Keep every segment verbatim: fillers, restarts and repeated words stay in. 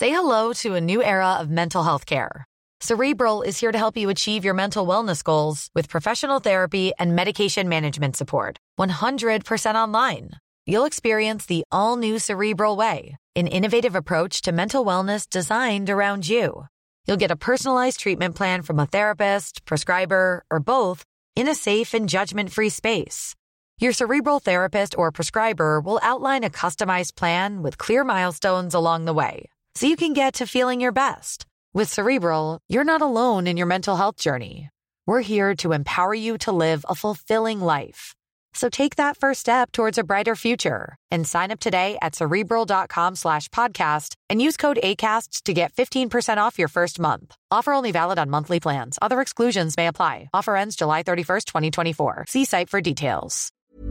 Say hello to a new era of mental health care. Cerebral is here to help you achieve your mental wellness goals with professional therapy and medication management support. one hundred percent online. You'll experience the all-new Cerebral Way, an innovative approach to mental wellness designed around you. You'll get a personalized treatment plan from a therapist, prescriber, or both in a safe and judgment-free space. Your Cerebral therapist or prescriber will outline a customized plan with clear milestones along the way, so you can get to feeling your best. With Cerebral, you're not alone in your mental health journey. We're here to empower you to live a fulfilling life. So take that first step towards a brighter future and sign up today at Cerebral.com slash podcast and use code ACAST to get fifteen percent off your first month. Offer only valid on monthly plans. Other exclusions may apply. Offer ends July thirty-first, twenty twenty-four. See site for details.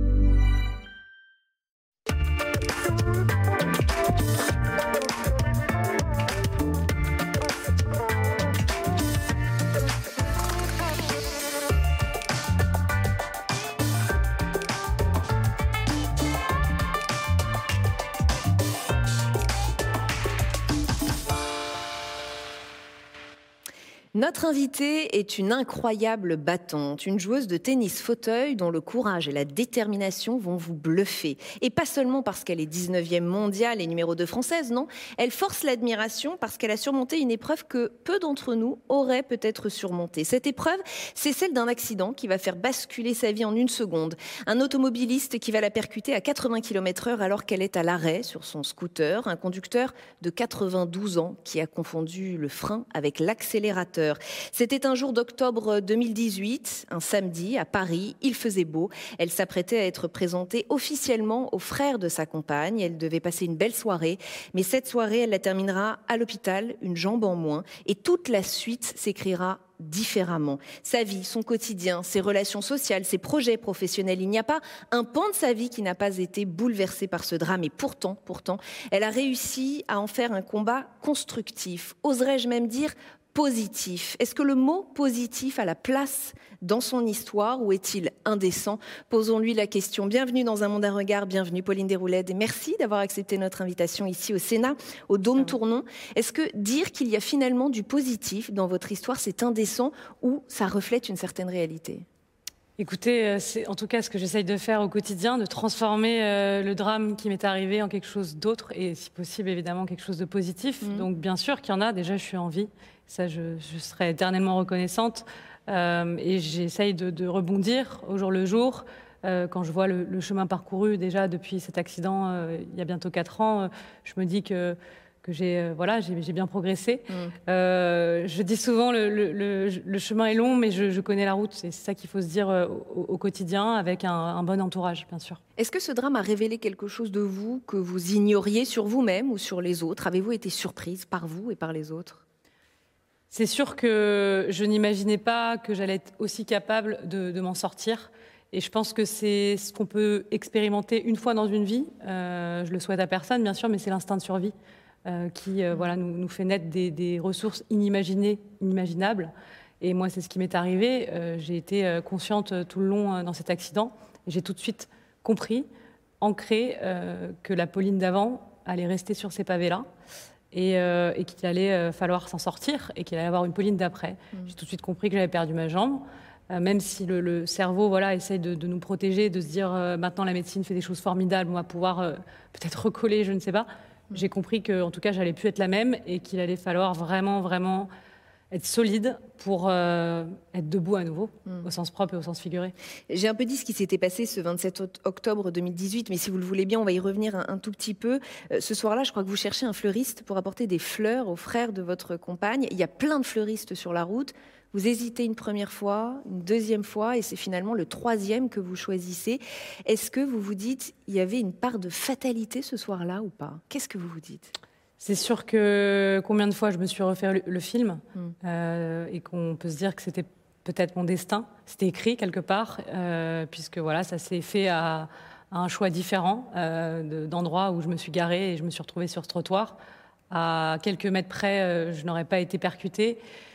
Notre invitée est une incroyable battante, une joueuse de tennis fauteuil dont le courage et la détermination vont vous bluffer. Et pas seulement parce qu'elle est dix-neuvième mondiale et numéro deux française, non. Elle force l'admiration parce qu'elle a surmonté une épreuve que peu d'entre nous auraient peut-être surmontée. Cette épreuve, c'est celle d'un accident qui va faire basculer sa vie en une seconde. Un automobiliste qui va la percuter à quatre-vingts kilomètres heure alors qu'elle est à l'arrêt sur son scooter. Un conducteur de quatre-vingt-douze ans qui a confondu le frein avec l'accélérateur. C'était un jour d'octobre deux mille dix-huit, un samedi à Paris, il faisait beau. Elle s'apprêtait à être présentée officiellement aux frères de sa compagne. Elle devait passer une belle soirée, mais cette soirée, elle la terminera à l'hôpital, une jambe en moins, et toute la suite s'écrira différemment. Sa vie, son quotidien, ses relations sociales, ses projets professionnels, il n'y a pas un pan de sa vie qui n'a pas été bouleversé par ce drame. Et pourtant, pourtant, elle a réussi à en faire un combat constructif, oserais-je même dire positif. Est-ce que le mot positif a la place dans son histoire ou est-il indécent ? Posons-lui la question. Bienvenue dans Un monde à regard, bienvenue Pauline Déroulède et merci d'avoir accepté notre invitation ici au Sénat, au Dôme Tournon. Est-ce que dire qu'il y a finalement du positif dans votre histoire, c'est indécent ou ça reflète une certaine réalité ? Écoutez, c'est en tout cas ce que j'essaye de faire au quotidien, de transformer euh, le drame qui m'est arrivé en quelque chose d'autre et si possible évidemment quelque chose de positif. Mmh. Donc bien sûr qu'il y en a, déjà je suis en vie, ça je, je serai éternellement reconnaissante euh, et j'essaye de, de rebondir au jour le jour. Euh, quand je vois le, le chemin parcouru déjà depuis cet accident euh, il y a bientôt quatre ans, euh, je me dis que que j'ai euh, voilà j'ai, j'ai bien progressé. Mmh. Euh, je dis souvent le, le, le, le chemin est long, mais je, je connais la route. C'est, c'est ça qu'il faut se dire euh, au, au quotidien, avec un, un bon entourage, bien sûr. Est-ce que ce drame a révélé quelque chose de vous que vous ignoriez sur vous-même ou sur les autres ? Avez-vous été surprise par vous et par les autres ? C'est sûr que je n'imaginais pas que j'allais être aussi capable de, de m'en sortir. Et je pense que c'est ce qu'on peut expérimenter une fois dans une vie. Euh, je le souhaite à personne, bien sûr, mais c'est l'instinct de survie. Euh, qui euh, voilà, nous, nous fait naître des, des ressources inimaginées, inimaginables. Et moi, c'est ce qui m'est arrivé. Euh, j'ai été euh, consciente tout le long euh, dans cet accident. Et j'ai tout de suite compris, ancré, euh, que la Pauline d'avant allait rester sur ces pavés-là et, euh, et qu'il allait euh, falloir s'en sortir et qu'il allait y avoir une Pauline d'après. Mmh. J'ai tout de suite compris que j'avais perdu ma jambe. Euh, même si le, le cerveau voilà, essaye de, de nous protéger, de se dire euh, maintenant la médecine fait des choses formidables, on va pouvoir euh, peut-être recoller, je ne sais pas. J'ai compris que, en tout cas, j'allais plus être la même et qu'il allait falloir vraiment, vraiment être solide pour euh, être debout à nouveau, mmh. au sens propre et au sens figuré. J'ai un peu dit ce qui s'était passé ce vingt-sept octobre deux mille dix-huit, mais si vous le voulez bien, on va y revenir un, un tout petit peu. Euh, ce soir-là, je crois que vous cherchez un fleuriste pour apporter des fleurs aux frères de votre compagne. Il y a plein de fleuristes sur la route. Vous hésitez une première fois, une deuxième fois, et c'est finalement le troisième que vous choisissez. Est-ce que vous vous dites, il y avait une part de fatalité ce soir-là ou pas ? Qu'est-ce que vous vous dites ? C'est sûr que combien de fois je me suis refait le, le film, mmh. euh, et qu'on peut se dire que c'était peut-être mon destin, c'était écrit quelque part, euh, puisque voilà, ça s'est fait à, à un choix différent euh, de, d'endroits où je me suis garée et je me suis retrouvée sur ce trottoir. À quelques mètres près, euh, je n'aurais pas été percutée.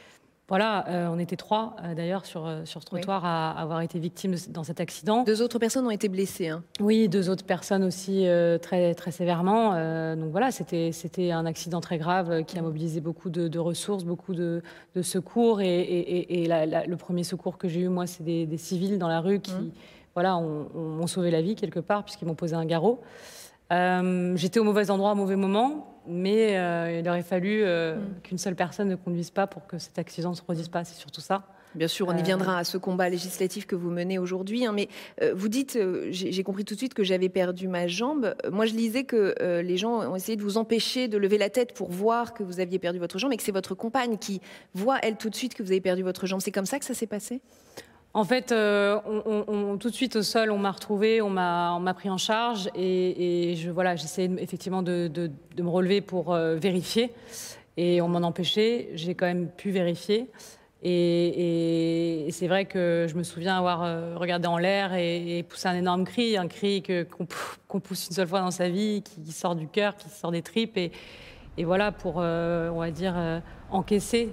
Voilà, euh, on était trois euh, d'ailleurs sur, sur ce trottoir oui. à, à avoir été victimes de, dans cet accident. Deux autres personnes ont été blessées. Hein. Oui, deux autres personnes aussi euh, très, très sévèrement. Euh, donc voilà, c'était, c'était un accident très grave euh, qui a mobilisé beaucoup de, de ressources, beaucoup de, de secours. Et, et, et la, la, le premier secours que j'ai eu, moi, c'est des, des civils dans la rue qui mmh. voilà, ont, ont sauvé la vie quelque part puisqu'ils m'ont posé un garrot. Euh, j'étais au mauvais endroit au mauvais moment, mais euh, il aurait fallu euh, mmh. qu'une seule personne ne conduise pas pour que cet accident ne se produise pas, c'est surtout ça. Bien sûr, on y viendra à ce combat législatif que vous menez aujourd'hui, hein, mais euh, vous dites, euh, j'ai, j'ai compris tout de suite que j'avais perdu ma jambe. Moi, je lisais que euh, les gens ont essayé de vous empêcher de lever la tête pour voir que vous aviez perdu votre jambe et que c'est votre compagne qui voit, elle, tout de suite que vous avez perdu votre jambe. C'est comme ça que ça s'est passé ? En fait, euh, on, on, on, tout de suite au sol, on m'a retrouvée, on m'a, on m'a pris en charge et, et je, voilà, j'essayais effectivement de, de, de me relever pour euh, vérifier et on m'en empêchait. J'ai quand même pu vérifier et, et, et c'est vrai que je me souviens avoir euh, regardé en l'air et, et poussé un énorme cri, un cri que, qu'on, qu'on pousse une seule fois dans sa vie, qui sort du cœur, qui sort des tripes et, et voilà pour, euh, on va dire, euh, encaisser.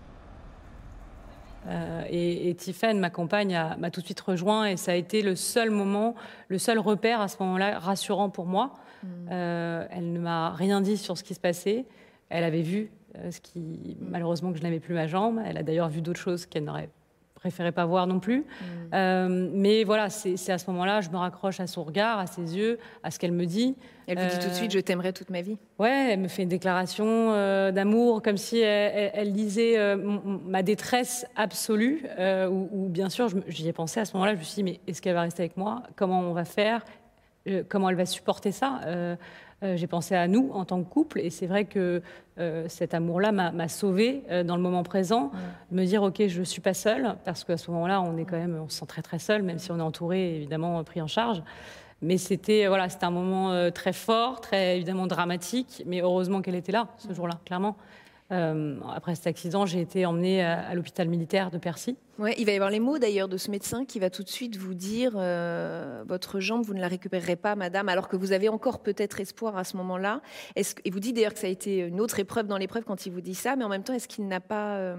Euh, et, et Tiffaine, ma compagne, a, m'a tout de suite rejoint et ça a été le seul moment, le seul repère à ce moment-là rassurant pour moi. Mmh. Euh, elle ne m'a rien dit sur ce qui se passait. Elle avait vu euh, ce qui, mmh. malheureusement, que je n'avais plus ma jambe. Elle a d'ailleurs vu d'autres choses qu'elle n'aurait préféré pas voir non plus. Mmh. Euh, mais voilà, c'est, c'est à ce moment-là, je me raccroche à son regard, à ses yeux, à ce qu'elle me dit. Elle vous dit euh, tout de suite, je t'aimerai toute ma vie. Ouais, elle me fait une déclaration euh, d'amour, comme si elle, elle, elle disait euh, m- ma détresse absolue. Euh, où, où, bien sûr, je, j'y ai pensé à ce moment-là. Je me suis dit, mais est-ce qu'elle va rester avec moi ? Comment on va faire ? euh, Comment elle va supporter ça ? euh, euh, J'ai pensé à nous en tant que couple, et c'est vrai que euh, cet amour-là m'a, m'a sauvée euh, dans le moment présent. Ouais. De me dire, ok, je ne suis pas seule, parce qu'à ce moment-là, on est quand même, on se sent très très seul, même si on est entouré, évidemment, pris en charge. Mais c'était, voilà, c'était un moment euh, très fort, très évidemment dramatique, mais heureusement qu'elle était là ce jour-là, clairement. Euh, après cet accident, j'ai été emmenée à, à l'hôpital militaire de Percy. Ouais, il va y avoir les mots d'ailleurs de ce médecin qui va tout de suite vous dire euh, votre jambe, vous ne la récupérerez pas, madame, alors que vous avez encore peut-être espoir à ce moment-là. Est-ce, et vous dites d'ailleurs que ça a été une autre épreuve dans l'épreuve quand il vous dit ça, mais en même temps, est-ce qu'il n'a pas... Euh,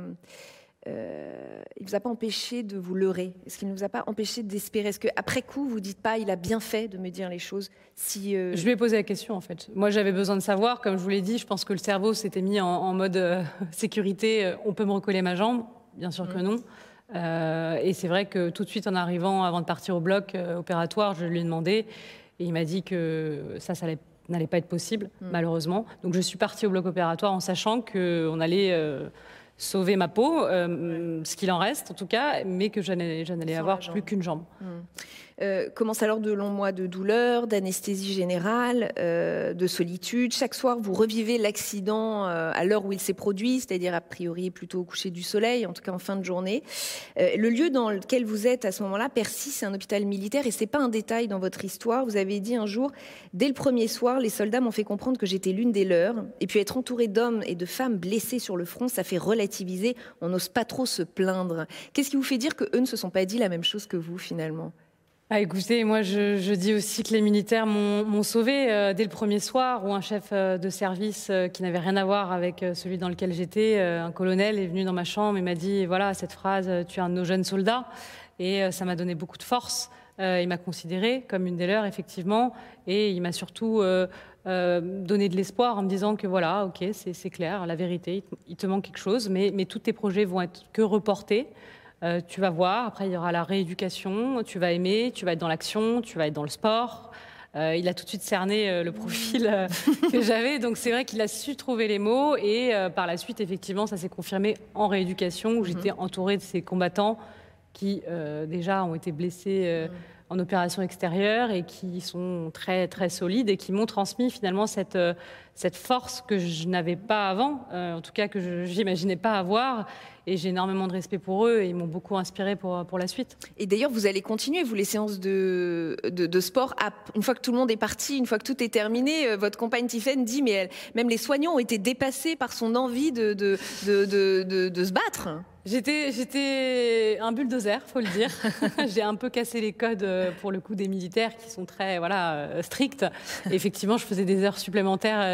Euh, il ne vous a pas empêché de vous leurrer? Est-ce qu'il ne vous a pas empêché d'espérer? Est-ce qu'après coup, vous ne dites pas, il a bien fait de me dire les choses si, euh... Je lui ai posé la question, en fait. Moi, j'avais besoin de savoir. Comme je vous l'ai dit, je pense que le cerveau s'était mis en, en mode euh, sécurité. On peut me recoller ma jambe? Bien sûr que non. Euh, et c'est vrai que tout de suite, en arrivant, avant de partir au bloc euh, opératoire, je lui ai demandé. Et il m'a dit que ça, ça allait, n'allait pas être possible, mmh. malheureusement. Donc, je suis partie au bloc opératoire en sachant qu'on allait... Euh, sauver ma peau, euh, ce qu'il en reste en tout cas, mais que je n'allais, je n'allais avoir plus qu'une jambe. Mmh. Euh, commence alors de longs mois de douleur, d'anesthésie générale, euh, de solitude. Chaque soir, vous revivez l'accident euh, à l'heure où il s'est produit, c'est-à-dire a priori plutôt au coucher du soleil, en tout cas en fin de journée. Euh, le lieu dans lequel vous êtes à ce moment-là, Percy, c'est un hôpital militaire et c'est pas un détail dans votre histoire. Vous avez dit un jour, dès le premier soir, les soldats m'ont fait comprendre que j'étais l'une des leurs. Et puis être entouré d'hommes et de femmes blessés sur le front, ça fait relativiser. On n'ose pas trop se plaindre. Qu'est-ce qui vous fait dire que eux ne se sont pas dit la même chose que vous finalement ? Ah, écoutez, moi je, je dis aussi que les militaires m'ont, m'ont sauvée euh, dès le premier soir où un chef euh, de service euh, qui n'avait rien à voir avec euh, celui dans lequel j'étais, euh, un colonel, est venu dans ma chambre et m'a dit voilà, cette phrase, tu es un de nos jeunes soldats, et euh, ça m'a donné beaucoup de force. Euh, il m'a considérée comme une des leurs, effectivement, et il m'a surtout euh, euh, donné de l'espoir en me disant que voilà, ok, c'est, c'est clair, la vérité, il te, il te manque quelque chose, mais, mais tous tes projets vont être que reportés. Euh, tu vas voir, après il y aura la rééducation, tu vas aimer, tu vas être dans l'action, tu vas être dans le sport. Euh, il a tout de suite cerné euh, le profil euh, que j'avais, donc c'est vrai qu'il a su trouver les mots et euh, par la suite, effectivement, ça s'est confirmé en rééducation où j'étais entourée de ces combattants qui euh, déjà ont été blessés euh, en opération extérieure et qui sont très, très solides et qui m'ont transmis finalement cette, euh, cette force que je n'avais pas avant, euh, en tout cas que je n'imaginais pas avoir. Et j'ai énormément de respect pour eux et ils m'ont beaucoup inspiré pour, pour la suite. Et d'ailleurs, vous allez continuer, vous, les séances de, de, de sport. Une fois que tout le monde est parti, une fois que tout est terminé, votre compagne Tiffaine dit, mais elle, même les soignants ont été dépassés par son envie de, de, de, de, de, de se battre. J'étais, j'étais un bulldozer, faut le dire. J'ai un peu cassé les codes pour le coup des militaires qui sont très voilà stricts. Et effectivement, je faisais des heures supplémentaires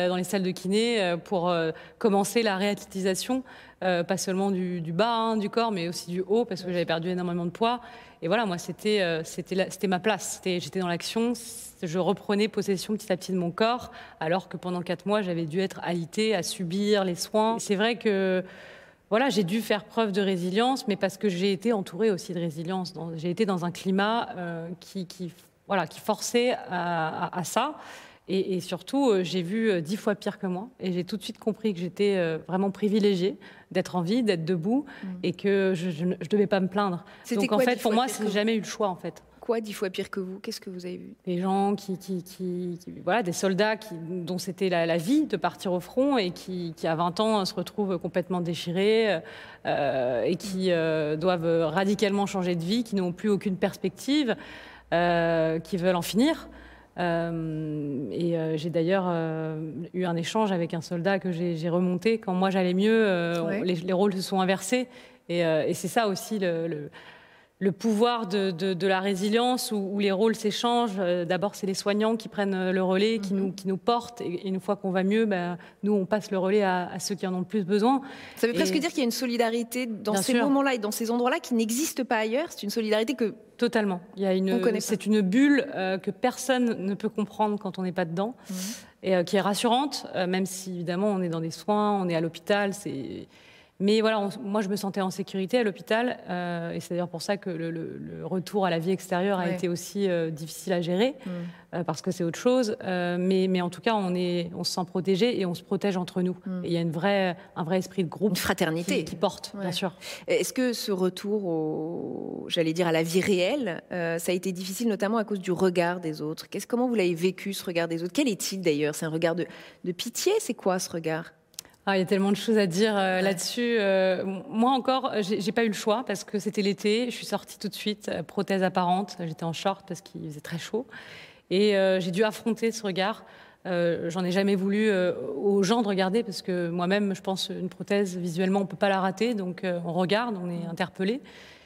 dans les salles de kiné euh, pour euh, commencer la réathlétisation, euh, pas seulement du, du bas hein, du corps, mais aussi du haut, parce que j'avais perdu énormément de poids. Et voilà, moi, c'était, euh, c'était, la, c'était ma place. C'était, j'étais dans l'action, je reprenais possession petit à petit de mon corps, alors que pendant quatre mois, j'avais dû être alitée à subir les soins. Et c'est vrai que voilà, j'ai dû faire preuve de résilience, mais parce que j'ai été entourée aussi de résilience. Dans, j'ai été dans un climat euh, qui, qui, voilà, qui forçait à, à, à ça. Et, et surtout, euh, j'ai vu euh, dix fois pire que moi. Et j'ai tout de suite compris que j'étais euh, vraiment privilégiée d'être en vie, d'être debout, mmh. et que je ne devais pas me plaindre. C'était Donc quoi, en fait, pour moi, que... j'ai jamais eu le choix, en fait. Quoi, dix fois pire que vous? Qu'est-ce que vous avez vu? Des gens qui, qui, qui, qui voilà, des soldats qui, dont c'était la, la vie de partir au front et qui, qui à vingt ans, se retrouvent complètement déchirés euh, et qui euh, doivent radicalement changer de vie, qui n'ont plus aucune perspective, euh, qui veulent en finir. Euh, et euh, j'ai d'ailleurs euh, eu un échange avec un soldat que j'ai, j'ai remonté. Quand moi j'allais mieux, euh, ouais. on, les, les rôles se sont inversés. Et, euh, et c'est ça aussi le... le Le pouvoir de, de, de la résilience où, où les rôles s'échangent. D'abord, c'est les soignants qui prennent le relais, qui, mm-hmm. nous, qui nous portent. Et une fois qu'on va mieux, ben, nous, on passe le relais à, à ceux qui en ont le plus besoin. Ça veut et... presque dire qu'il y a une solidarité dans Bien ces sûr. moments-là et dans ces endroits-là qui n'existe pas ailleurs. C'est une solidarité que... Totalement. Il y a une, c'est une bulle euh, que personne ne peut comprendre quand on n'est pas dedans. Mm-hmm. Et euh, qui est rassurante, euh, même si, évidemment, on est dans des soins, on est à l'hôpital, c'est... Mais voilà, on, moi, je me sentais en sécurité à l'hôpital. Euh, et c'est d'ailleurs pour ça que le, le, le retour à la vie extérieure a ouais. été aussi euh, difficile à gérer, mmh. euh, parce que c'est autre chose. Euh, mais, mais en tout cas, on, est, on se sent protégé et on se protège entre nous. Mmh. Et il y a une vraie, un vrai esprit de groupe. Une fraternité. Qui, qui porte, ouais. bien sûr. Est-ce que ce retour, au, j'allais dire, à la vie réelle, euh, ça a été difficile, notamment à cause du regard des autres? Qu'est-ce, comment vous l'avez vécu, ce regard des autres? Quel est-il d'ailleurs? C'est un regard de, de pitié? C'est quoi ce regard? Ah, il y a tellement de choses à dire euh, ouais. là-dessus. Euh, moi encore, j'ai, j'ai pas eu le choix parce que c'était l'été. Je suis sortie tout de suite, euh, prothèse apparente. J'étais en short parce qu'il faisait très chaud. Et euh, j'ai dû affronter ce regard. Euh, j'en ai jamais voulu euh, aux gens de regarder parce que moi-même, je pense, une prothèse, visuellement, on peut pas la rater. Donc euh, on regarde, on est interpellé.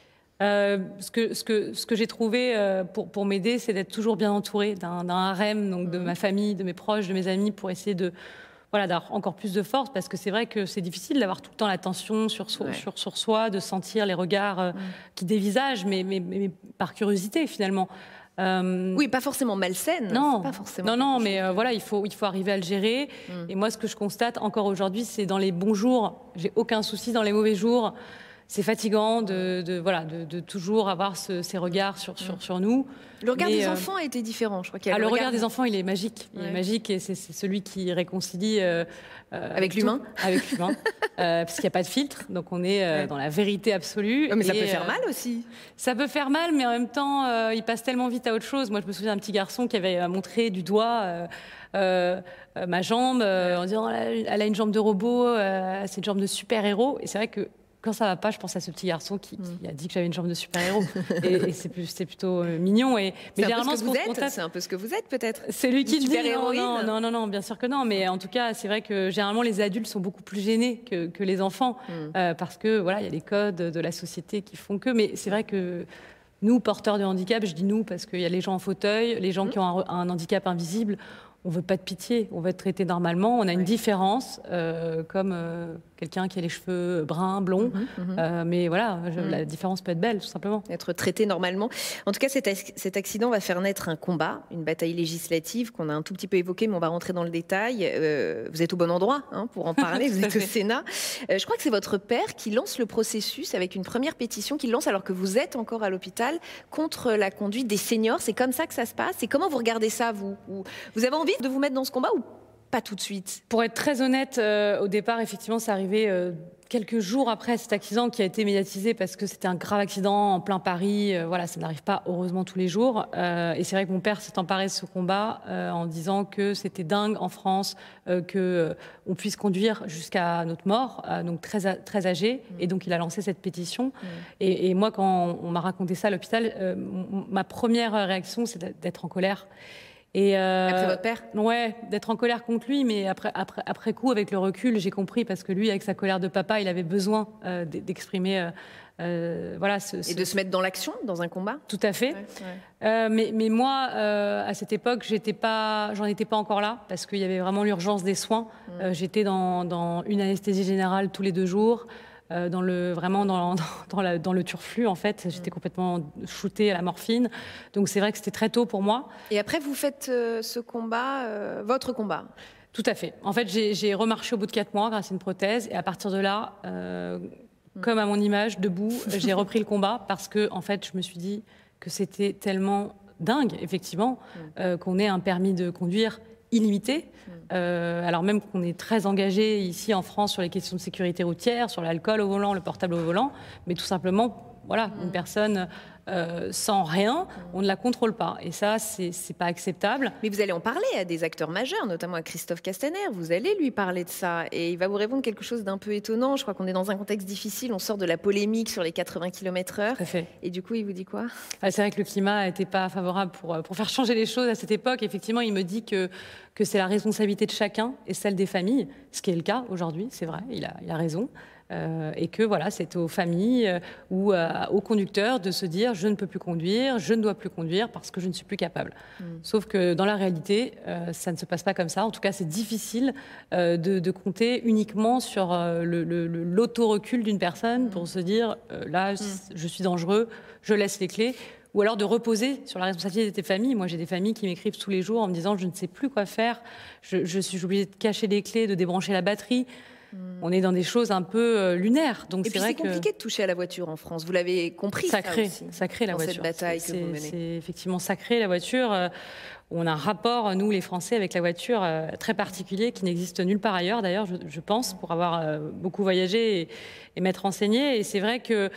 Euh, ce que, ce que, ce que j'ai trouvé euh, pour, pour m'aider, c'est d'être toujours bien entourée d'un, d'un harem, donc de ma famille, de mes proches, de mes amis, pour essayer de... Voilà, d'avoir encore plus de force, parce que c'est vrai que c'est difficile d'avoir tout le temps l'attention sur, so- ouais. sur, sur soi, de sentir les regards euh, mmh. qui dévisagent, mais, mais, mais par curiosité, finalement. Euh... Oui, pas forcément malsaine. Non, pas forcément non, non, mais euh, voilà, il faut, il faut arriver à le gérer. Mmh. Et moi, ce que je constate encore aujourd'hui, c'est dans les bons jours, j'ai aucun souci. Dans les mauvais jours, c'est fatigant de, de, voilà, de, de toujours avoir ce, ces regards sur, sur, sur nous. Le regard mais, des euh, enfants a été différent, je crois. Qu'il y a ah, le, le regard regard des enfants, il est magique. Il ouais. est magique et c'est, c'est celui qui réconcilie... Euh, euh, avec tout, l'humain Avec l'humain, euh, parce qu'il n'y a pas de filtre, donc on est euh, ouais. dans la vérité absolue. Ouais, mais et, ça peut faire euh, mal aussi. Ça peut faire mal, mais en même temps, euh, il passe tellement vite à autre chose. Moi, je me souviens d'un petit garçon qui avait montré du doigt... Euh, Euh, euh, ma jambe, euh, en disant elle a une jambe de robot, euh, c'est une jambe de super-héros. Et c'est vrai que quand ça va pas, je pense à ce petit garçon qui, qui a dit que j'avais une jambe de super-héros. et, et c'est, plus, c'est plutôt euh, mignon. Et, mais c'est, généralement, un peu ce que vous êtes, c'est un peu ce que vous êtes, peut-être. C'est lui qui le dit. Non, non, non, non, non, bien sûr que non. Mais en tout cas, c'est vrai que généralement, les adultes sont beaucoup plus gênés que, que les enfants. Mm. Euh, parce que, voilà, il y a les codes de la société qui font que. Mais c'est vrai que nous, porteurs de handicap, je dis nous parce qu'il y a les gens en fauteuil, les gens mm. qui ont un, un handicap invisible. On veut pas de pitié, on veut être traité normalement. On a une ouais. différence, euh, comme euh, quelqu'un qui a les cheveux bruns, blonds. Mmh, mmh. Euh, mais voilà, je, mmh. la différence peut être belle, tout simplement. Être traité normalement. En tout cas, cet, cet accident va faire naître un combat, une bataille législative qu'on a un tout petit peu évoquée, mais on va rentrer dans le détail. Euh, vous êtes au bon endroit hein, pour en parler, vous êtes au Sénat. Euh, je crois que c'est votre père qui lance le processus avec une première pétition qu'il lance alors que vous êtes encore à l'hôpital contre la conduite des seniors. C'est comme ça que ça se passe. Et comment vous regardez ça, vous ? Vous avez envie de vous mettre dans ce combat ou pas tout de suite? Pour être très honnête, euh, au départ, effectivement, c'est arrivé euh, quelques jours après cet accident qui a été médiatisé parce que c'était un grave accident en plein Paris. Euh, voilà, ça n'arrive pas heureusement tous les jours. Euh, et c'est vrai que mon père s'est emparé de ce combat euh, en disant que c'était dingue en France euh, que euh, on puisse conduire jusqu'à notre mort, euh, donc très très âgé. Mmh. Et donc il a lancé cette pétition. Mmh. Et, et moi, quand on, on m'a raconté ça à l'hôpital, euh, m- ma première réaction, c'est d'être en colère. Et euh, après votre père ? Ouais, d'être en colère contre lui, mais après, après, après coup, avec le recul, j'ai compris, parce que lui, avec sa colère de papa, il avait besoin euh, d'exprimer euh, voilà. Ce, ce... Et de se mettre dans l'action, dans un combat. Tout à fait. Ouais, ouais. Euh, mais, mais moi, euh, à cette époque, j'étais pas, j'en étais pas encore là parce qu'il y avait vraiment l'urgence des soins. Mmh. Euh, j'étais dans, dans une anesthésie générale tous les deux jours. Euh, dans le, vraiment dans, dans, dans, la, dans le turflux, en fait. J'étais complètement shootée à la morphine. Donc, c'est vrai que c'était très tôt pour moi. Et après, vous faites euh, ce combat, euh, votre combat? Tout à fait. En fait, j'ai, j'ai remarché au bout de quatre mois grâce à une prothèse. Et à partir de là, euh, mmh. comme à mon image, debout, j'ai repris le combat parce que, en fait, je me suis dit que c'était tellement dingue, effectivement, mmh. euh, qu'on ait un permis de conduire illimité. Euh, alors même qu'on est très engagé ici en France sur les questions de sécurité routière, sur l'alcool au volant, le portable au volant, mais tout simplement, voilà, mmh. une personne euh, sans rien, on ne la contrôle pas. Et ça, c'est, c'est pas acceptable. Mais vous allez en parler à des acteurs majeurs, notamment à Christophe Castaner. Vous allez lui parler de ça et il va vous répondre quelque chose d'un peu étonnant. Je crois qu'on est dans un contexte difficile. On sort de la polémique sur les quatre-vingts kilomètres heure. Et du coup, il vous dit quoi? Ah, c'est vrai que le climat n'était pas favorable pour, pour faire changer les choses à cette époque. Effectivement, il me dit que, que c'est la responsabilité de chacun et celle des familles, ce qui est le cas aujourd'hui, c'est vrai, il a, il a raison. Euh, et que voilà, c'est aux familles euh, ou euh, aux conducteurs de se dire je ne peux plus conduire, je ne dois plus conduire parce que je ne suis plus capable. Mmh. Sauf que dans la réalité, euh, ça ne se passe pas comme ça. En tout cas, c'est difficile euh, de, de compter uniquement sur euh, le, le, le, l'auto-recul d'une personne mmh. pour se dire euh, là, mmh. je suis dangereux, je laisse les clés. Ou alors de reposer sur la responsabilité de tes familles. Moi, j'ai des familles qui m'écrivent tous les jours en me disant je ne sais plus quoi faire, je, je suis obligée de cacher les clés, de débrancher la batterie. On est dans des choses un peu euh, lunaires. Donc et c'est puis vrai c'est compliqué que... de toucher à la voiture en France. Vous l'avez compris, sacré, ça aussi, sacré la dans voiture. Cette bataille c'est, que vous menez. C'est effectivement sacré la voiture. Euh, on a un rapport, nous les Français, avec la voiture euh, très particulier qui n'existe nulle part ailleurs. D'ailleurs, je, je pense, pour avoir euh, beaucoup voyagé et, et m'être renseignée. Et c'est vrai que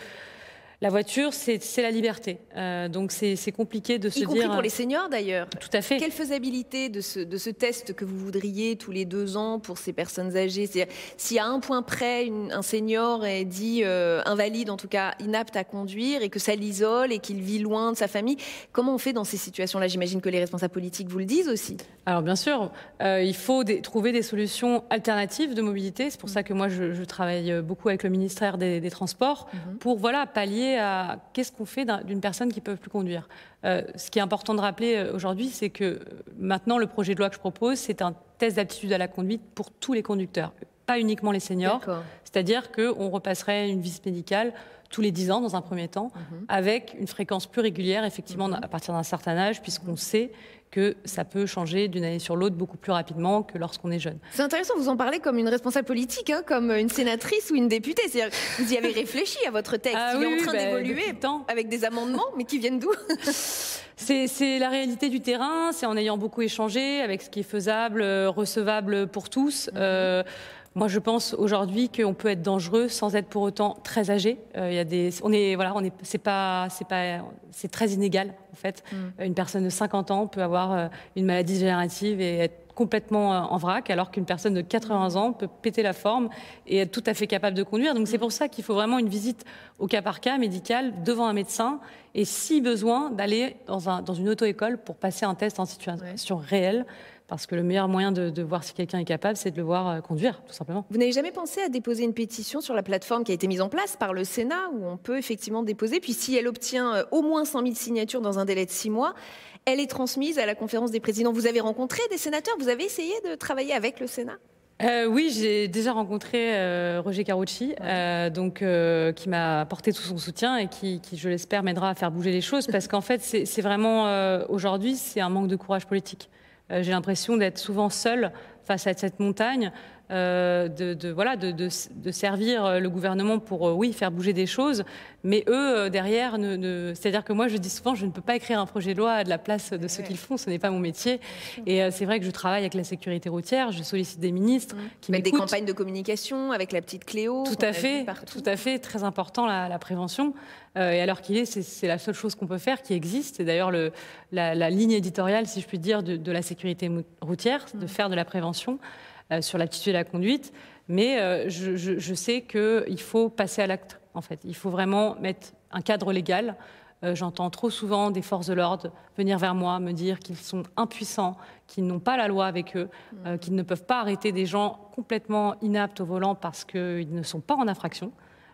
la voiture, c'est, c'est la liberté. Euh, donc, c'est, c'est compliqué de se dire... Y compris dire... pour les seniors, d'ailleurs. Tout à fait. Quelle faisabilité de ce, de ce test que vous voudriez tous les deux ans pour ces personnes âgées? C'est-à-dire, si à un point près, une, un senior est dit euh, invalide, en tout cas inapte à conduire, et que ça l'isole et qu'il vit loin de sa famille, comment on fait dans ces situations-là? J'imagine que les responsables politiques vous le disent aussi. Alors, bien sûr, euh, il faut des, trouver des solutions alternatives de mobilité. C'est pour mmh. ça que moi, je, je travaille beaucoup avec le ministère des, des Transports mmh. pour, voilà, pallier à qu'est-ce qu'on fait d'une personne qui ne peut plus conduire. Euh, ce qui est important de rappeler aujourd'hui, c'est que maintenant, le projet de loi que je propose, c'est un test d'aptitude à la conduite pour tous les conducteurs, pas uniquement les seniors. D'accord. C'est-à-dire qu'on repasserait une visite médicale tous les dix ans, dans un premier temps, mmh. avec une fréquence plus régulière, effectivement, mmh. à partir d'un certain âge, puisqu'on sait que ça peut changer d'une année sur l'autre beaucoup plus rapidement que lorsqu'on est jeune. C'est intéressant, vous en parlez comme une responsable politique, hein, comme une sénatrice ou une députée. C'est-à-dire que vous y avez réfléchi à votre texte, ah, il oui, est en train bah, d'évoluer avec des amendements, mais qui viennent d'où? C'est, c'est la réalité du terrain, c'est en ayant beaucoup échangé avec ce qui est faisable, euh, recevable pour tous. Mmh. Euh, Moi, je pense aujourd'hui qu'on peut être dangereux sans être pour autant très âgé. Euh, il y a des, on est, voilà, on est, c'est pas, c'est pas, c'est très inégal en fait. Mm. Une personne de cinquante ans peut avoir euh, une maladie dégénérative et être complètement euh, en vrac, alors qu'une personne de quatre-vingts ans peut péter la forme et être tout à fait capable de conduire. Donc mm. c'est pour ça qu'il faut vraiment une visite au cas par cas médicale devant un médecin et si besoin d'aller dans, un, dans une auto-école pour passer un test en situation ouais. réelle. Parce que le meilleur moyen de, de voir si quelqu'un est capable, c'est de le voir conduire, tout simplement. Vous n'avez jamais pensé à déposer une pétition sur la plateforme qui a été mise en place par le Sénat, où on peut effectivement déposer, puis si elle obtient au moins cent mille signatures dans un délai de six mois, elle est transmise à la conférence des présidents. Vous avez rencontré des sénateurs? Vous avez essayé de travailler avec le Sénat? Euh, oui, j'ai déjà rencontré euh, Roger Carucci, euh, donc euh, qui m'a apporté tout son soutien et qui, qui je l'espère, m'aidera à faire bouger les choses, parce qu'en fait, c'est, c'est vraiment euh, aujourd'hui, c'est un manque de courage politique. Euh, j'ai l'impression d'être souvent seule face à cette montagne, euh, de, de, voilà, de, de, de servir le gouvernement pour, euh, oui, faire bouger des choses, mais eux, euh, derrière, ne, ne... c'est-à-dire que moi, je dis souvent, je ne peux pas écrire un projet de loi à de la place de ce qu'ils font, ce n'est pas mon métier. Et euh, c'est vrai que je travaille avec la sécurité routière, je sollicite des ministres mmh. qui Mettre m'écoutent. Des campagnes de communication avec la petite Cléo. Tout à fait, tout à fait, très important la, la prévention. Euh, et à l'heure qu'il est, c'est, c'est la seule chose qu'on peut faire, qui existe. C'est d'ailleurs le, la, la ligne éditoriale, si je puis dire, de, de la sécurité routière, mmh. de faire de la prévention euh, sur l'aptitude à la conduite. Mais euh, je, je, je sais qu'il faut passer à l'acte, en fait. Il faut vraiment mettre un cadre légal. Euh, j'entends trop souvent des forces de l'ordre venir vers moi, me dire qu'ils sont impuissants, qu'ils n'ont pas la loi avec eux, euh, qu'ils ne peuvent pas arrêter des gens complètement inaptes au volant parce qu'ils ne sont pas en infraction.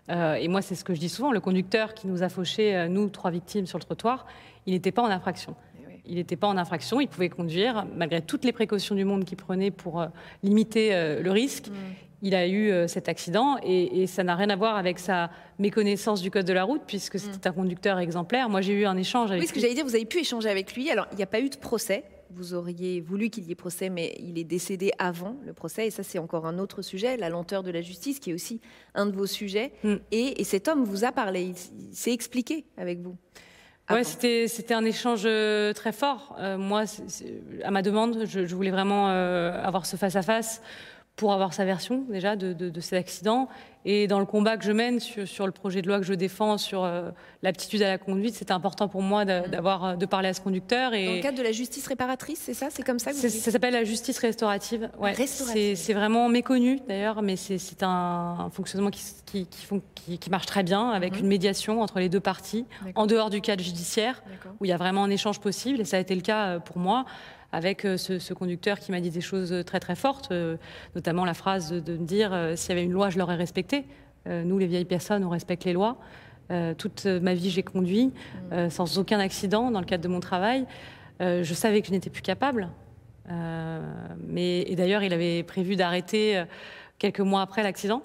Euh, et moi, c'est ce que je dis souvent, le conducteur qui nous a fauchés, euh, nous, trois victimes sur le trottoir, il n'était pas en infraction. Il n'était pas en infraction, il pouvait conduire, malgré toutes les précautions du monde qu'il prenait pour euh, limiter euh, le risque. Mmh. Il a eu euh, cet accident et, et ça n'a rien à voir avec sa méconnaissance du code de la route, puisque c'était mmh. un conducteur exemplaire. Moi, j'ai eu un échange avec lui. Oui, ce que j'allais dire, vous avez pu échanger avec lui. Alors, il n'y a pas eu de procès. Vous auriez voulu qu'il y ait procès, mais il est décédé avant le procès. Et ça, c'est encore un autre sujet, la lenteur de la justice, qui est aussi un de vos sujets. Mmh. Et, et cet homme vous a parlé, il, il s'est expliqué avec vous. Ouais, c'était, c'était un échange très fort. Euh, moi, c'est, c'est, à ma demande, je, je voulais vraiment euh, avoir ce face-à-face pour avoir sa version, déjà, de, de, de cet accident. Et dans le combat que je mène sur, sur le projet de loi que je défends sur euh, l'aptitude à la conduite, c'était important pour moi de, d'avoir, de parler à ce conducteur. Et dans le cadre de la justice réparatrice, c'est ça? C'est comme ça que vous c'est, dites? Ça s'appelle la justice restaurative. Ouais. Restaurative. C'est, c'est vraiment méconnu, d'ailleurs, mais c'est, c'est un, un fonctionnement qui, qui, qui, font, qui, qui marche très bien, avec mm-hmm. une médiation entre les deux parties, D'accord. en dehors du cadre judiciaire, D'accord. où il y a vraiment un échange possible. Et ça a été le cas pour moi, avec ce, ce conducteur qui m'a dit des choses très très fortes, euh, notamment la phrase de, de me dire euh, s'il y avait une loi, je l'aurais respectée. Euh, nous, les vieilles personnes, on respecte les lois. Euh, toute ma vie, j'ai conduit euh, sans aucun accident dans le cadre de mon travail. Euh, je savais que je n'étais plus capable. Euh, mais, et d'ailleurs, il avait prévu d'arrêter euh, quelques mois après l'accident.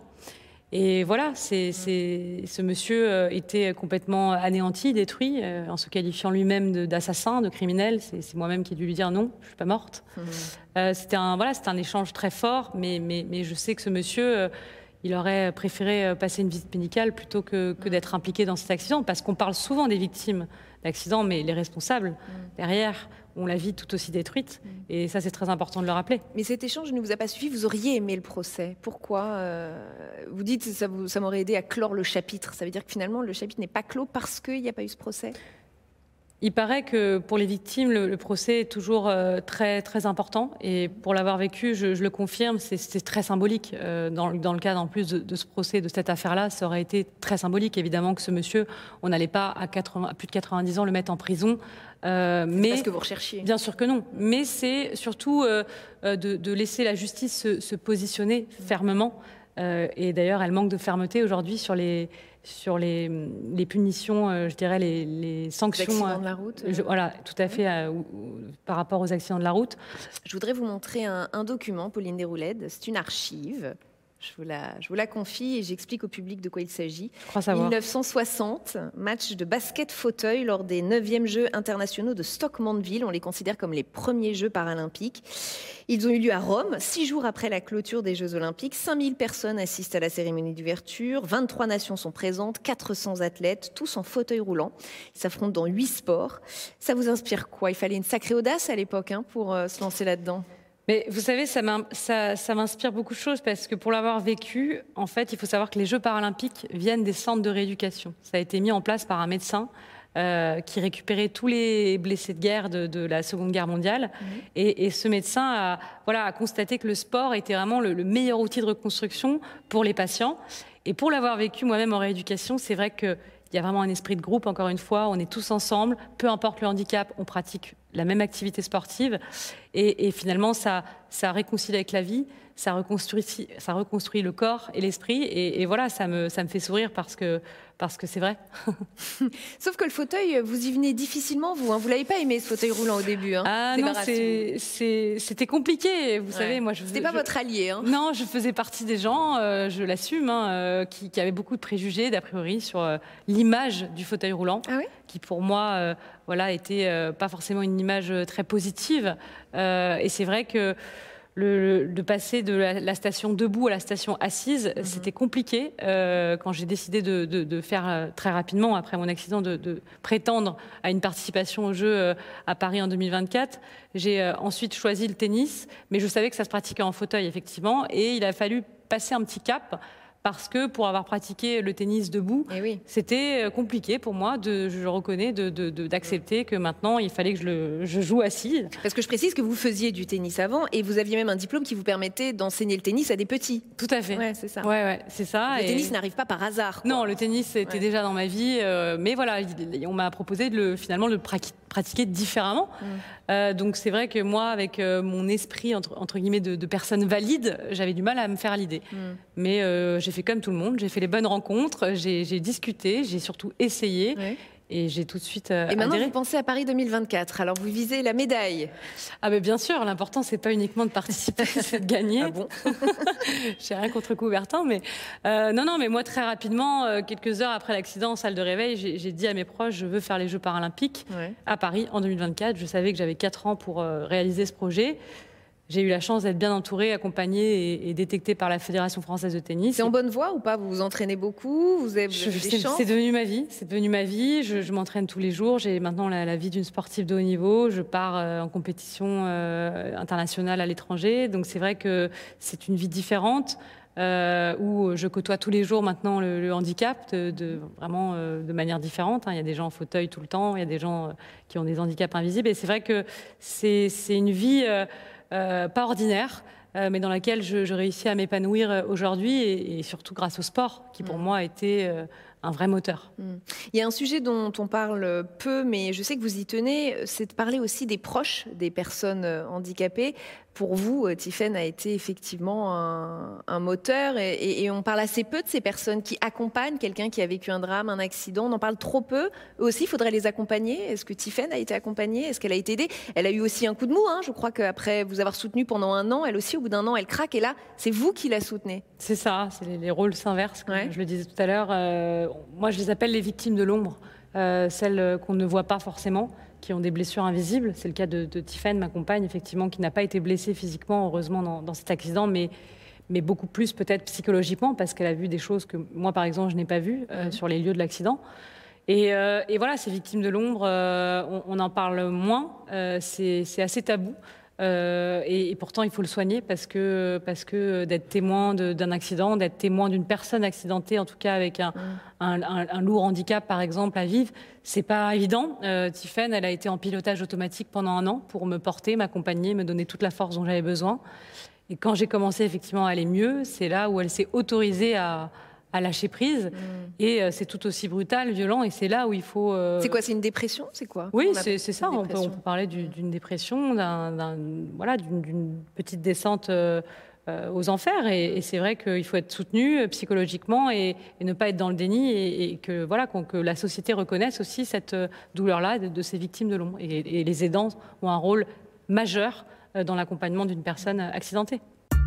Et voilà, c'est, c'est, ce monsieur euh, était complètement anéanti, détruit, euh, en se qualifiant lui-même de, d'assassin, de criminel. C'est, c'est moi-même qui ai dû lui dire non, je ne suis pas morte. Mmh. Euh, c'était, un, voilà, c'était un échange très fort, mais, mais, mais je sais que ce monsieur, euh, il aurait préféré passer une visite médicale plutôt que, que mmh. d'être impliqué dans cet accident, parce qu'on parle souvent des victimes d'accidents, mais les responsables, mmh. derrière, ont la vie tout aussi détruite. Mmh. Et ça, c'est très important de le rappeler. Mais cet échange ne vous a pas suffi. Vous auriez aimé le procès. Pourquoi euh, Vous dites que ça, vous, ça m'aurait aidé à clore le chapitre. Ça veut dire que finalement, le chapitre n'est pas clos parce qu'il n'y a pas eu ce procès? Il paraît que pour les victimes, le, le procès est toujours euh, très, très important. Et pour l'avoir vécu, je, je le confirme, c'est, c'est très symbolique. Euh, dans, dans le cadre, en plus de, de ce procès, de cette affaire-là, ça aurait été très symbolique. Évidemment que ce monsieur, on n'allait pas à, quatre-vingts, à plus de quatre-vingt-dix ans le mettre en prison. Euh, c'est mais, pas ce que vous recherchiez. Bien sûr que non. Mais c'est surtout euh, de, de laisser la justice se, se positionner fermement. Euh, et d'ailleurs, elle manque de fermeté aujourd'hui sur les... sur les, les punitions, euh, je dirais, les, les sanctions. Les accidents de la route. Euh, je, voilà, tout à fait, euh, ou, ou, par rapport aux accidents de la route. Je voudrais vous montrer un, un document, Pauline Déroulède. C'est une archive. Je vous, la, je vous la confie et j'explique au public de quoi il s'agit. Je crois savoir. dix-neuf cent soixante, match de basket fauteuil lors des neuvièmes Jeux internationaux de Stoke-Mandeville. On les considère comme les premiers Jeux paralympiques. Ils ont eu lieu à Rome, six jours après la clôture des Jeux olympiques. cinq mille personnes assistent à la cérémonie d'ouverture. vingt-trois nations sont présentes, quatre cents athlètes, tous en fauteuil roulant. Ils s'affrontent dans huit sports. Ça vous inspire quoi? Il fallait une sacrée audace à l'époque hein, pour euh, se lancer là-dedans. Mais vous savez, ça, ça, ça m'inspire beaucoup de choses parce que pour l'avoir vécu, en fait, il faut savoir que les Jeux paralympiques viennent des centres de rééducation. Ça a été mis en place par un médecin euh, qui récupérait tous les blessés de guerre de, de la Seconde Guerre mondiale. Mmh. Et, et ce médecin a, voilà, a constaté que le sport était vraiment le, le meilleur outil de reconstruction pour les patients. Et pour l'avoir vécu moi-même en rééducation, c'est vrai que il y a vraiment un esprit de groupe, encore une fois, on est tous ensemble, peu importe le handicap, on pratique la même activité sportive et, et finalement ça, ça réconcilie avec la vie, ça reconstruit, ça reconstruit le corps et l'esprit et, et voilà, ça me, ça me fait sourire parce que parce que c'est vrai. Sauf que le fauteuil, vous y venez difficilement, vous. Hein. Vous l'avez pas aimé, ce fauteuil roulant au début. Hein. Ah non, c'est, c'est, c'était compliqué. Vous ouais. savez, moi, je c'était pas je, votre allié. Hein. Non, je faisais partie des gens, euh, je l'assume, hein, euh, qui, qui avaient beaucoup de préjugés, d'a priori, sur euh, l'image du fauteuil roulant, ah oui qui pour moi, euh, voilà, était euh, pas forcément une image très positive. Euh, et c'est vrai que Le, de passer de la, la station debout à la station assise, mmh. c'était compliqué. Euh, quand j'ai décidé de, de, de faire euh, très rapidement, après mon accident, de, de prétendre à une participation aux Jeux euh, à Paris en deux mille vingt-quatre, j'ai euh, ensuite choisi le tennis, mais je savais que ça se pratiquait en fauteuil, effectivement, et il a fallu passer un petit cap, parce que pour avoir pratiqué le tennis debout, eh oui. c'était compliqué pour moi, de, je le reconnais, de, de, de, d'accepter que maintenant, il fallait que je, le, je joue assise. Parce que je précise que vous faisiez du tennis avant et vous aviez même un diplôme qui vous permettait d'enseigner le tennis à des petits. Tout à fait. Ouais, c'est ça. Ouais, ouais, c'est ça. Le et... tennis n'arrive pas par hasard. Quoi. Non, le tennis était ouais. déjà dans ma vie. Euh, mais voilà, on m'a proposé de le, finalement de le pratiquer différemment. Mmh. Euh, donc c'est vrai que moi, avec euh, mon esprit entre, entre guillemets de, de personne valide, j'avais du mal à me faire l'idée. Mmh. Mais euh, j'ai fait comme tout le monde, j'ai fait les bonnes rencontres, j'ai, j'ai discuté, j'ai surtout essayé. Oui. Et j'ai tout de suite euh, Et maintenant, adhéré. Vous pensez à Paris deux mille vingt-quatre. Alors, vous visez la médaille. Ah ben bien sûr, l'important, c'est pas uniquement de participer, c'est de gagner. Ah bon? J'ai rien contre Coubertin, mais... Euh, non, non, mais moi, très rapidement, euh, quelques heures après l'accident en salle de réveil, j'ai, j'ai dit à mes proches, je veux faire les Jeux paralympiques ouais. à Paris en deux mille vingt-quatre. Je savais que j'avais quatre ans pour euh, réaliser ce projet. J'ai eu la chance d'être bien entourée, accompagnée et, et détectée par la Fédération française de tennis. C'est en bonne voie ou pas? Vous vous entraînez beaucoup? Vous avez, vous avez je, des chances? C'est devenu ma vie. C'est devenu ma vie. Je, je m'entraîne tous les jours. J'ai maintenant la, la vie d'une sportive de haut niveau. Je pars euh, en compétition euh, internationale à l'étranger. Donc c'est vrai que c'est une vie différente euh, où je côtoie tous les jours maintenant le, le handicap, de, de, vraiment euh, de manière différente. Hein. Il y a des gens en fauteuil tout le temps. Il y a des gens euh, qui ont des handicaps invisibles. Et c'est vrai que c'est, c'est une vie... Euh, Euh, pas ordinaire, euh, mais dans laquelle je, je réussis à m'épanouir aujourd'hui et, et surtout grâce au sport, qui pour mmh. moi a été euh, un vrai moteur. Mmh. Il y a un sujet dont on parle peu, mais je sais que vous y tenez, c'est de parler aussi des proches des personnes handicapées. Pour vous, Tiffaine a été effectivement un, un moteur et, et, et on parle assez peu de ces personnes qui accompagnent quelqu'un qui a vécu un drame, un accident. On en parle trop peu. Eux aussi, il faudrait les accompagner. Est-ce que Tiffaine a été accompagnée? Est-ce qu'elle a été aidée? Elle a eu aussi un coup de mou. Hein. Je crois qu'après vous avoir soutenue pendant un an, elle aussi, au bout d'un an, elle craque. Et là, c'est vous qui la soutenez. C'est ça, c'est les, les rôles s'inversent, comme ouais. je le disais tout à l'heure. Euh, moi, je les appelle les victimes de l'ombre, euh, celles qu'on ne voit pas forcément, qui ont des blessures invisibles. C'est le cas de, de Tiffaine, ma compagne, effectivement, qui n'a pas été blessée physiquement, heureusement, dans, dans cet accident, mais, mais beaucoup plus peut-être psychologiquement, parce qu'elle a vu des choses que moi, par exemple, je n'ai pas vues euh, mmh. sur les lieux de l'accident. Et, euh, et voilà, ces victimes de l'ombre, euh, on, on en parle moins, euh, c'est, c'est assez tabou. Euh, et, et pourtant, il faut le soigner parce que, parce que d'être témoin de, d'un accident, d'être témoin d'une personne accidentée, en tout cas avec un, mmh. un, un, un lourd handicap, par exemple, à vivre, c'est pas évident. Euh, Tiffaine, elle a été en pilotage automatique pendant un an pour me porter, m'accompagner, me donner toute la force dont j'avais besoin. Et quand j'ai commencé effectivement à aller mieux, c'est là où elle s'est autorisée à... à lâcher prise, mmh. et euh, c'est tout aussi brutal, violent, et c'est là où il faut... Euh... C'est quoi, c'est une dépression? C'est quoi? Oui, c'est, c'est ça, on peut, on peut parler du, d'une dépression, d'un, d'un, voilà, d'une, d'une petite descente euh, euh, aux enfers, et, et c'est vrai qu'il faut être soutenu psychologiquement et, et ne pas être dans le déni, et, et que, voilà, que la société reconnaisse aussi cette douleur-là de, de ces victimes de l'ombre, et, et les aidants ont un rôle majeur dans l'accompagnement d'une personne accidentée.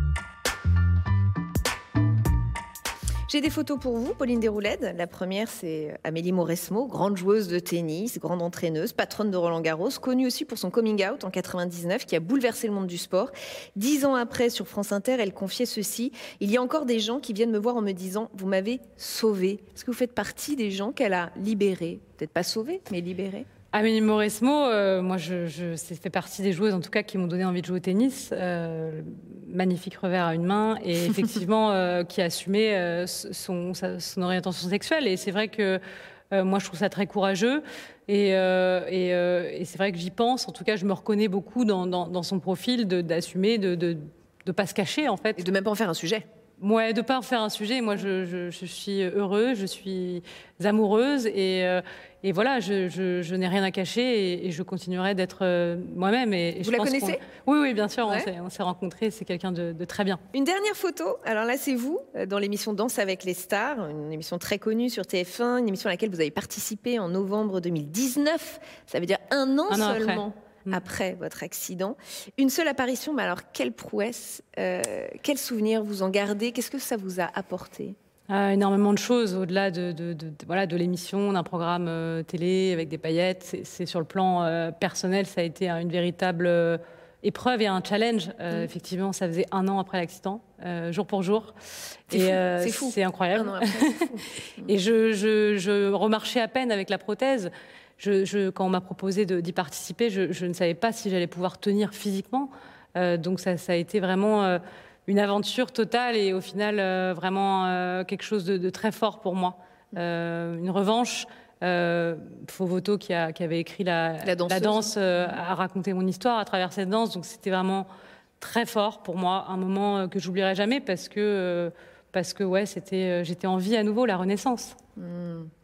J'ai des photos pour vous, Pauline Déroulède. La première, c'est Amélie Mauresmo, grande joueuse de tennis, grande entraîneuse, patronne de Roland-Garros, connue aussi pour son coming out en quatre-vingt-dix-neuf, qui a bouleversé le monde du sport. Dix ans après, sur France Inter, elle confiait ceci: il y a encore des gens qui viennent me voir en me disant « Vous m'avez sauvée ». Est-ce que vous faites partie des gens qu'elle a libérés? Peut-être pas sauvés, mais libérés? Amélie Mauresmo, euh, moi, je, je, c'est fait partie des joueuses, en tout cas, qui m'ont donné envie de jouer au tennis. Euh, magnifique revers à une main, et effectivement, euh, qui a assumé euh, son, sa, son orientation sexuelle. Et c'est vrai que euh, moi, je trouve ça très courageux. Et, euh, et, euh, et c'est vrai que j'y pense. En tout cas, je me reconnais beaucoup dans, dans, dans son profil de, d'assumer, de, de, de pas se cacher, en fait. Et de même pas en faire un sujet. Ouais, de ne pas en faire un sujet. Moi, je, je, je suis heureuse, je suis amoureuse et, euh, et voilà, je, je, je n'ai rien à cacher et, et je continuerai d'être euh, moi-même. Et, et Vous je la pense connaissez? Oui, oui, bien sûr, ouais. on, s'est, on s'est rencontrés, c'est quelqu'un de, de très bien. Une dernière photo, alors là c'est vous, dans l'émission Danse avec les stars, une émission très connue sur T F un, une émission à laquelle vous avez participé en novembre deux mille dix-neuf, ça veut dire un an, un an seulement. Après. Après votre accident. Une seule apparition, mais alors quelle prouesse, euh, quel souvenir vous en gardez? Qu'est-ce que ça vous a apporté? euh, Énormément de choses, au-delà de, de, de, de, voilà, de l'émission, d'un programme euh, télé avec des paillettes. C'est, c'est sur le plan euh, personnel, ça a été une véritable euh, épreuve et un challenge. Euh, mmh. Effectivement, ça faisait un an après l'accident, euh, jour pour jour. C'est, et, fou. Euh, c'est fou. C'est incroyable. Après, c'est fou. Et je, je, je remarchais à peine avec la prothèse. Je, je, quand on m'a proposé de, d'y participer, je, je ne savais pas si j'allais pouvoir tenir physiquement. Euh, donc ça, ça a été vraiment euh, une aventure totale et au final euh, vraiment euh, quelque chose de, de très fort pour moi. Euh, une revanche. Euh, Fovoto, qui, a, qui avait écrit la, la, la danse, euh, a raconté mon histoire à travers cette danse. Donc c'était vraiment très fort pour moi, un moment que j'oublierai jamais parce que, euh, parce que ouais, c'était, j'étais en vie à nouveau, la renaissance. Mmh.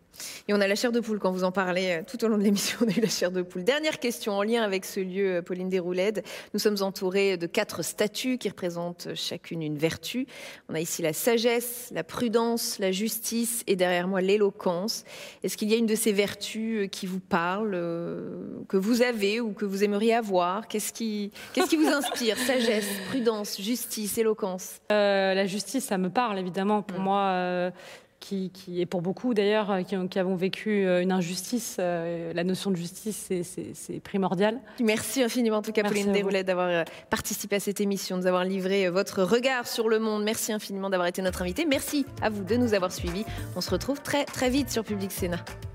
Et on a la chair de poule quand vous en parlez. Tout au long de l'émission, on a eu la chair de poule. Dernière question en lien avec ce lieu, Pauline Déroulède. Nous sommes entourés de quatre statues qui représentent chacune une vertu. On a ici la sagesse, la prudence, la justice et derrière moi l'éloquence. Est-ce qu'il y a une de ces vertus qui vous parle, que vous avez ou que vous aimeriez avoir? Qu'est-ce qui, qu'est-ce qui vous inspire? Sagesse, prudence, justice, éloquence. euh, La justice, ça me parle évidemment. Pour mmh. moi... Euh... Qui, qui, et pour beaucoup d'ailleurs, qui, qui avons vécu une injustice, euh, la notion de justice, c'est primordial. Merci infiniment en tout cas, Merci Pauline Déroulède, d'avoir participé à cette émission, de nous avoir livré votre regard sur le monde. Merci infiniment d'avoir été notre invitée. Merci à vous de nous avoir suivis. On se retrouve très très vite sur Public Sénat.